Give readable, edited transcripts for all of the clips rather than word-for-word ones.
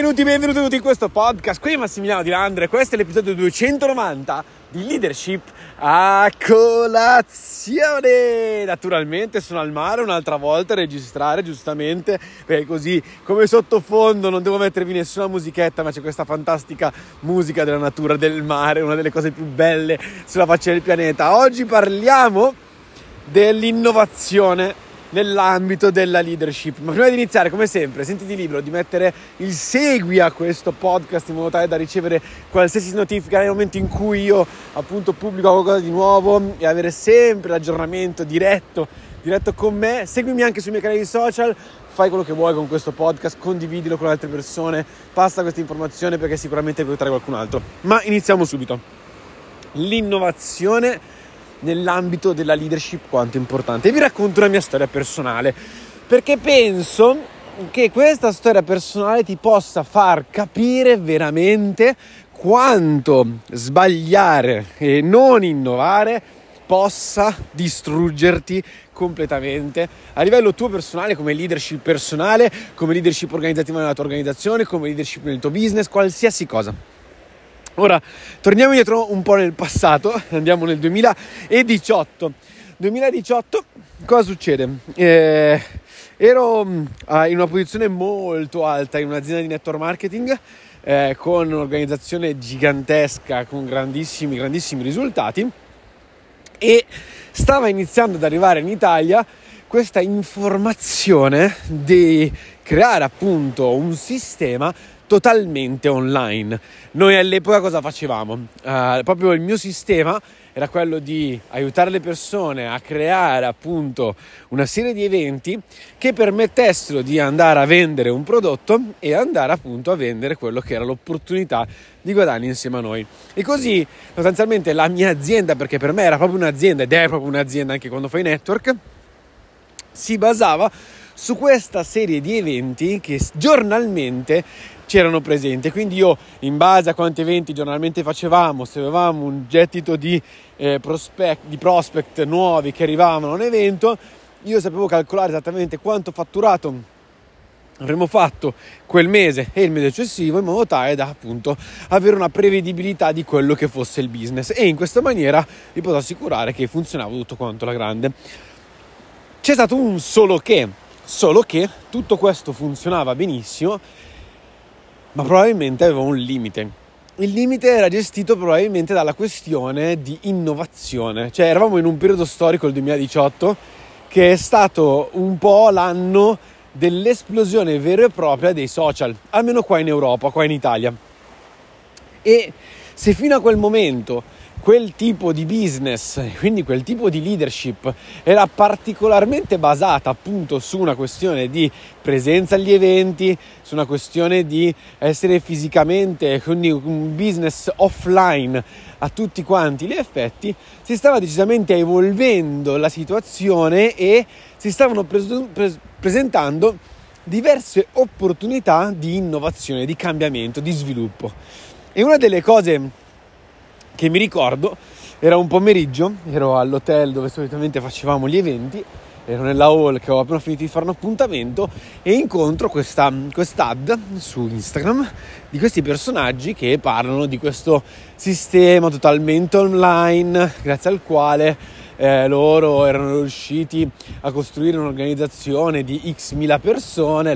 Benvenuti in questo podcast. Qui è Massimiliano Di Landre, questo è l'episodio 290 di Leadership a colazione. Naturalmente sono al mare un'altra volta a registrare, giustamente, perché così come sottofondo non devo mettervi nessuna musichetta, ma c'è questa fantastica musica della natura, del mare, una delle cose più belle sulla faccia del pianeta. Oggi parliamo dell'innovazione nell'ambito della leadership, ma prima di iniziare, come sempre, sentiti libero di mettere il segui a questo podcast in modo tale da ricevere qualsiasi notifica nel momento in cui io appunto pubblico qualcosa di nuovo e avere sempre l'aggiornamento diretto con me. Seguimi anche sui miei canali social, fai quello che vuoi con questo podcast, condividilo con altre persone, passa questa informazione perché sicuramente puoi aiutare qualcun altro. Ma iniziamo subito. L'innovazione nell'ambito della leadership, quanto è importante. E vi racconto una mia storia personale, perché penso che questa storia personale ti possa far capire veramente quanto sbagliare e non innovare possa distruggerti completamente a livello tuo personale, come leadership personale, come leadership organizzativa nella tua organizzazione, come leadership nel tuo business, qualsiasi cosa. Ora, torniamo indietro un po' nel passato, andiamo nel 2018. 2018, cosa succede? Ero in una posizione molto alta in un'azienda di network marketing, con un'organizzazione gigantesca, con grandissimi risultati, e stava iniziando ad arrivare in Italia questa informazione di creare appunto un sistema totalmente online. Noi all'epoca cosa facevamo? Proprio il mio sistema era quello di aiutare le persone a creare appunto una serie di eventi che permettessero di andare a vendere un prodotto e andare appunto a vendere quello che era l'opportunità di guadagno insieme a noi. E così sostanzialmente la mia azienda, perché per me era proprio un'azienda ed è proprio un'azienda anche quando fai network, si basava su questa serie di eventi che giornalmente c'erano presenti. Quindi io, in base a quanti eventi giornalmente facevamo, se avevamo un gettito di prospect nuovi che arrivavano a un evento, io sapevo calcolare esattamente quanto fatturato avremmo fatto quel mese e il mese successivo, in modo tale da appunto avere una prevedibilità di quello che fosse il business, e in questa maniera vi posso assicurare che funzionava tutto quanto alla grande. C'è stato un solo che tutto questo funzionava benissimo, ma probabilmente aveva un limite. Il limite era gestito probabilmente dalla questione di innovazione. Cioè, eravamo in un periodo storico, il 2018, che è stato un po' l'anno dell'esplosione vera e propria dei social, almeno qua in Europa, qua in Italia. E se fino a quel momento quel tipo di business, quindi quel tipo di leadership, era particolarmente basata appunto su una questione di presenza agli eventi, su una questione di essere fisicamente, quindi un business offline a tutti quanti gli effetti, si stava decisamente evolvendo la situazione e si stavano presentando diverse opportunità di innovazione, di cambiamento, di sviluppo. E una delle cose che mi ricordo era un pomeriggio, ero all'hotel dove solitamente facevamo gli eventi, ero nella hall che avevo appena finito di fare un appuntamento e incontro quest'ad su Instagram di questi personaggi che parlano di questo sistema totalmente online grazie al quale loro erano riusciti a costruire un'organizzazione di x mila persone,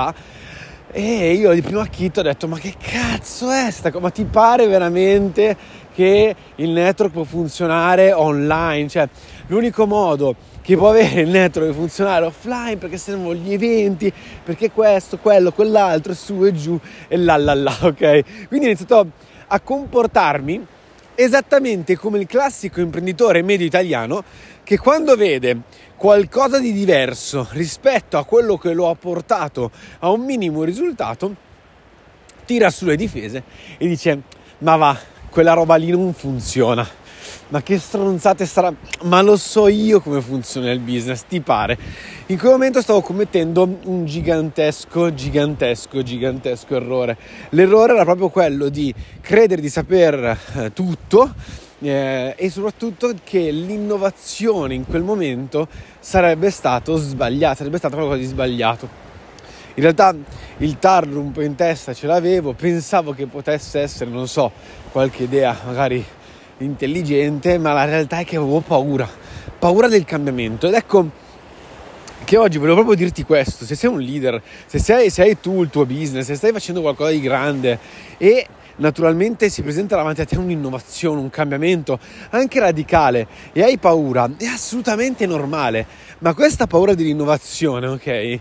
e io di primo acchito ho detto: ma che cazzo è sta cosa? Ma ti pare veramente che il network può funzionare online? Cioè, l'unico modo che può avere il network di funzionare offline, perché servono gli eventi, perché questo, quello, quell'altro, su e giù e ok? Quindi ho iniziato a comportarmi esattamente come il classico imprenditore medio italiano che, quando vede qualcosa di diverso rispetto a quello che lo ha portato a un minimo risultato, tira sulle difese e dice: ma va, quella roba lì non funziona, ma che stronzate sarà, ma lo so io come funziona il business, ti pare? In quel momento stavo commettendo un gigantesco errore. L'errore era proprio quello di credere di saper tutto, e soprattutto che l'innovazione in quel momento sarebbe stato sbagliato, sarebbe stato qualcosa di sbagliato. In realtà il tarlo un po' in testa ce l'avevo, pensavo che potesse essere, non so, qualche idea magari intelligente, ma la realtà è che avevo paura del cambiamento. Ed ecco che oggi volevo proprio dirti questo: se sei un leader, se sei tu il tuo business, se stai facendo qualcosa di grande e naturalmente si presenta davanti a te un'innovazione, un cambiamento anche radicale e hai paura, è assolutamente normale. Ma questa paura dell'innovazione, ok?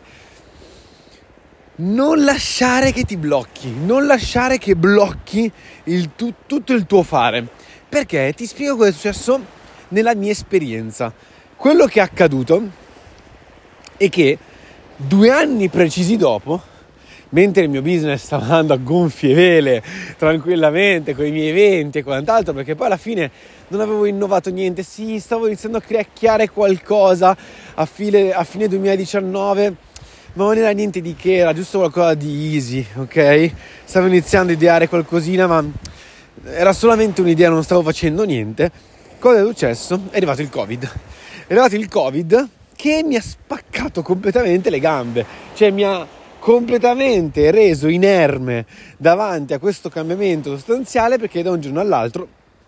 Non lasciare che ti blocchi, non lasciare che blocchi tutto il tuo fare. Perché ti spiego cosa è successo nella mia esperienza. Quello che è accaduto è che 2 anni precisi dopo, mentre il mio business stava andando a gonfie vele, tranquillamente, con i miei eventi e quant'altro, perché poi alla fine non avevo innovato niente. Sì, stavo iniziando a creare qualcosa a fine 2019, ma non era niente di che, era giusto qualcosa di easy, ok? Stavo iniziando a ideare qualcosina, ma era solamente un'idea, non stavo facendo niente. Cosa è successo? È arrivato il Covid che mi ha spaccato completamente le gambe, cioè mi ha completamente reso inerme davanti a questo cambiamento sostanziale, perché da un giorno all'altro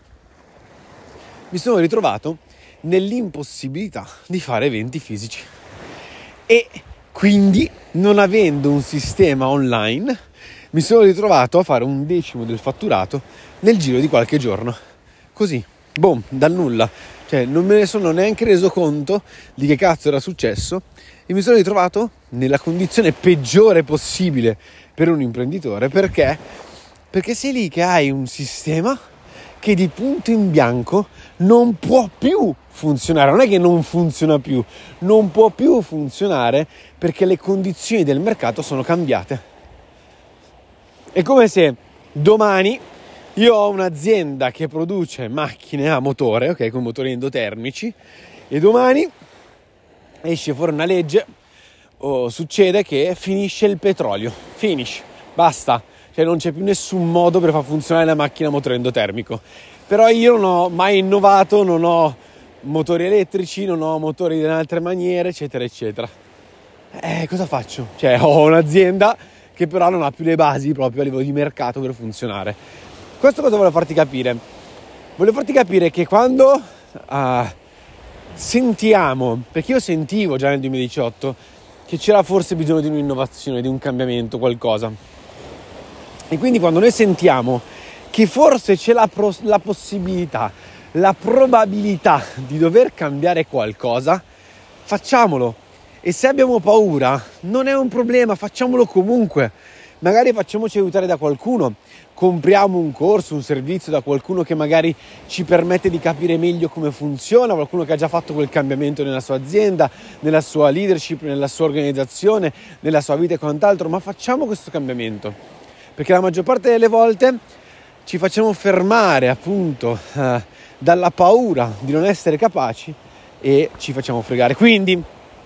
mi sono ritrovato nell'impossibilità di fare eventi fisici e quindi, non avendo un sistema online, mi sono ritrovato a fare 1/10 del fatturato nel giro di qualche giorno, così, boom, dal nulla. Cioè non me ne sono neanche reso conto di che cazzo era successo e mi sono ritrovato nella condizione peggiore possibile per un imprenditore. Perché sei lì che hai un sistema che di punto in bianco non può più funzionare. Non è che non funziona più, non può più funzionare perché le condizioni del mercato sono cambiate. È come se domani io ho un'azienda che produce macchine a motore, ok, con motori endotermici, e domani esce fuori una legge o succede che finisce il petrolio, basta, cioè non c'è più nessun modo per far funzionare la macchina a motore endotermico. Però io non ho mai innovato, non ho motori elettrici, non ho motori in altre maniere, eccetera eccetera. Cosa faccio? Cioè ho un'azienda che però non ha più le basi proprio a livello di mercato per funzionare. Questo cosa volevo farti capire? Volevo farti capire che quando sentiamo, perché io sentivo già nel 2018 che c'era forse bisogno di un'innovazione, di un cambiamento, qualcosa. E quindi quando noi sentiamo che forse c'è la possibilità, la probabilità di dover cambiare qualcosa, facciamolo. E se abbiamo paura, non è un problema, facciamolo comunque. Magari facciamoci aiutare da qualcuno, compriamo un corso, un servizio da qualcuno che magari ci permette di capire meglio come funziona, qualcuno che ha già fatto quel cambiamento nella sua azienda, nella sua leadership, nella sua organizzazione, nella sua vita e quant'altro. Ma facciamo questo cambiamento, perché la maggior parte delle volte ci facciamo fermare appunto dalla paura di non essere capaci e ci facciamo fregare. Quindi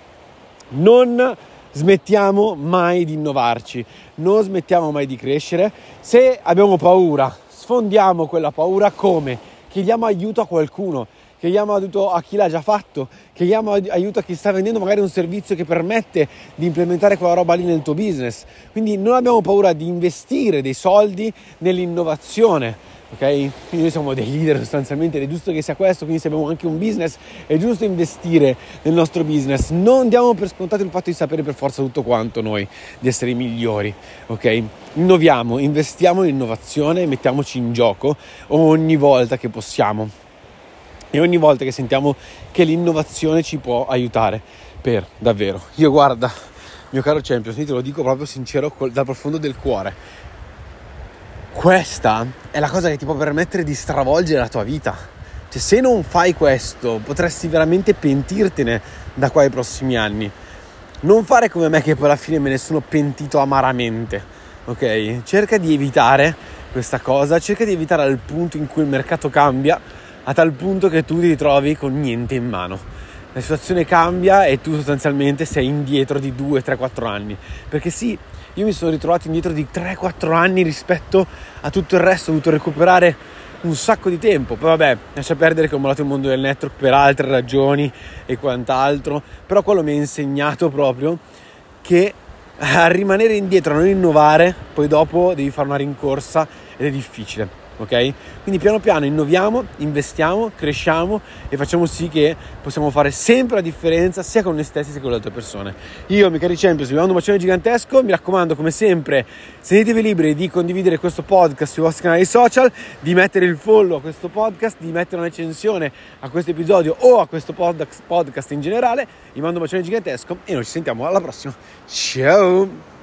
non smettiamo mai di innovarci, non smettiamo mai di crescere. Se abbiamo paura, sfondiamo quella paura come? Chiediamo aiuto a qualcuno, chiediamo aiuto a chi l'ha già fatto, chiediamo aiuto a chi sta vendendo magari un servizio che permette di implementare quella roba lì nel tuo business. Quindi non abbiamo paura di investire dei soldi nell'innovazione. Ok? Quindi noi siamo dei leader sostanzialmente ed è giusto che sia questo. Quindi se abbiamo anche un business è giusto investire nel nostro business. Non diamo per scontato il fatto di sapere per forza tutto quanto noi, di essere i migliori, ok? Innoviamo, investiamo in innovazione e mettiamoci in gioco ogni volta che possiamo e ogni volta che sentiamo che l'innovazione ci può aiutare per davvero. Io guarda, mio caro Champions, io te lo dico proprio sincero dal profondo del cuore, questa è la cosa che ti può permettere di stravolgere la tua vita. Cioè, se non fai questo, potresti veramente pentirtene da qua ai prossimi anni. Non fare come me che poi alla fine me ne sono pentito amaramente, ok? Cerca di evitare questa cosa, cerca di evitare al punto in cui il mercato cambia, a tal punto che tu ti ritrovi con niente in mano. La situazione cambia e tu sostanzialmente sei indietro di 2, 3, 4 anni. Perché sì, io mi sono ritrovato indietro di 3-4 anni rispetto a tutto il resto, ho dovuto recuperare un sacco di tempo. Poi vabbè, lascia perdere che ho mollato il mondo del network per altre ragioni e quant'altro, però quello mi ha insegnato proprio che a rimanere indietro, a non innovare, poi dopo devi fare una rincorsa ed è difficile. Ok? Quindi piano piano innoviamo, investiamo, cresciamo e facciamo sì che possiamo fare sempre la differenza sia con noi stessi sia con le altre persone. Io, miei cari Champions, vi mando un bacione gigantesco. Mi raccomando, come sempre, sentitevi liberi di condividere questo podcast sui vostri canali social, di mettere il follow a questo podcast, di mettere una recensione a questo episodio o a questo podcast in generale. Vi mando un bacione gigantesco e noi ci sentiamo alla prossima. Ciao!